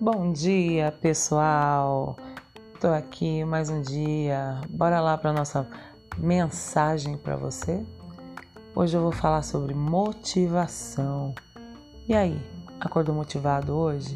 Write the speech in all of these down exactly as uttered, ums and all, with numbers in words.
Bom dia, pessoal! Tô aqui mais um dia. Bora lá para nossa mensagem para você. Hoje eu vou falar sobre motivação. E aí, acordou motivado hoje?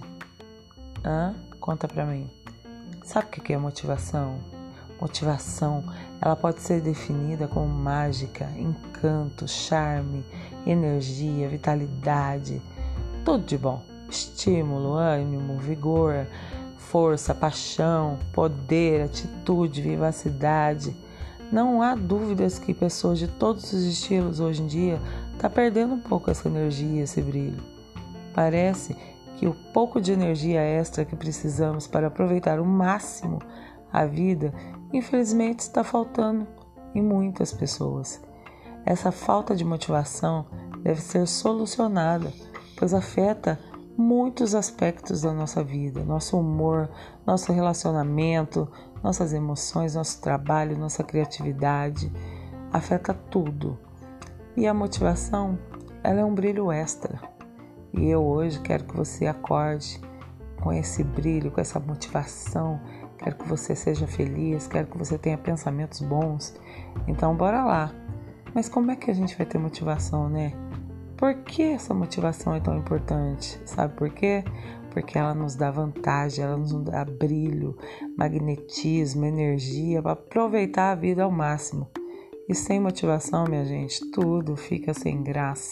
Hã? Conta pra mim. Sabe o que é motivação? Motivação, ela pode ser definida como mágica, encanto, charme, energia, vitalidade, tudo de bom. Estímulo, ânimo, vigor, força, paixão, poder, atitude, vivacidade. Não há dúvidas que pessoas de todos os estilos hoje em dia estão perdendo um pouco essa energia, esse brilho. Parece que o pouco de energia extra que precisamos para aproveitar o máximo a vida, infelizmente está faltando em muitas pessoas. Essa falta de motivação deve ser solucionada, pois afeta muitos aspectos da nossa vida, nosso humor, nosso relacionamento, nossas emoções, nosso trabalho, nossa criatividade, afeta tudo. E a motivação, ela é um brilho extra. E eu hoje quero que você acorde com esse brilho, com essa motivação. Quero que você seja feliz, quero que você tenha pensamentos bons. Então, bora lá. Mas como é que a gente vai ter motivação, né? Por que essa motivação é tão importante? Sabe por quê? Porque ela nos dá vantagem, ela nos dá brilho, magnetismo, energia para aproveitar a vida ao máximo. E sem motivação, minha gente, tudo fica sem graça.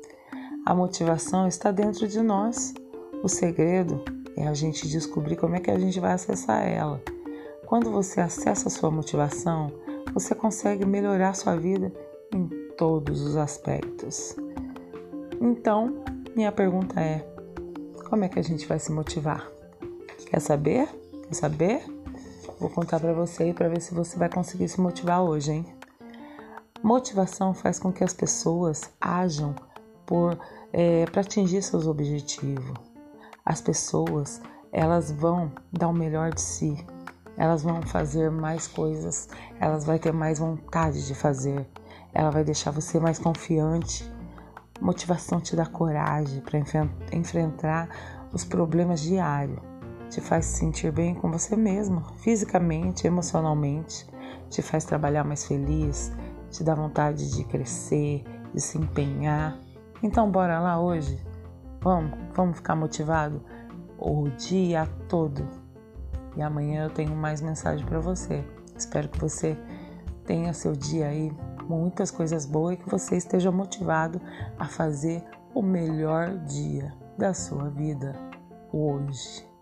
A motivação está dentro de nós. O segredo é a gente descobrir como é que a gente vai acessar ela. Quando você acessa a sua motivação, você consegue melhorar sua vida em todos os aspectos. Então, minha pergunta é, como é que a gente vai se motivar? Quer saber? Quer saber? Vou contar para você aí para ver se você vai conseguir se motivar hoje, hein? Motivação faz com que as pessoas ajam por, é, para atingir seus objetivos. As pessoas, elas vão dar o melhor de si, elas vão fazer mais coisas, elas vão ter mais vontade de fazer, ela vai deixar você mais confiante. Motivação te dá coragem para enfrentar os problemas diários, te faz se sentir bem com você mesmo, fisicamente, emocionalmente, te faz trabalhar mais feliz, te dá vontade de crescer, de se empenhar. Então bora lá hoje? Vamos, vamos ficar motivado o dia todo. E amanhã eu tenho mais mensagem para você. Espero que você tenha seu dia aí, muitas coisas boas e que você esteja motivado a fazer o melhor dia da sua vida hoje.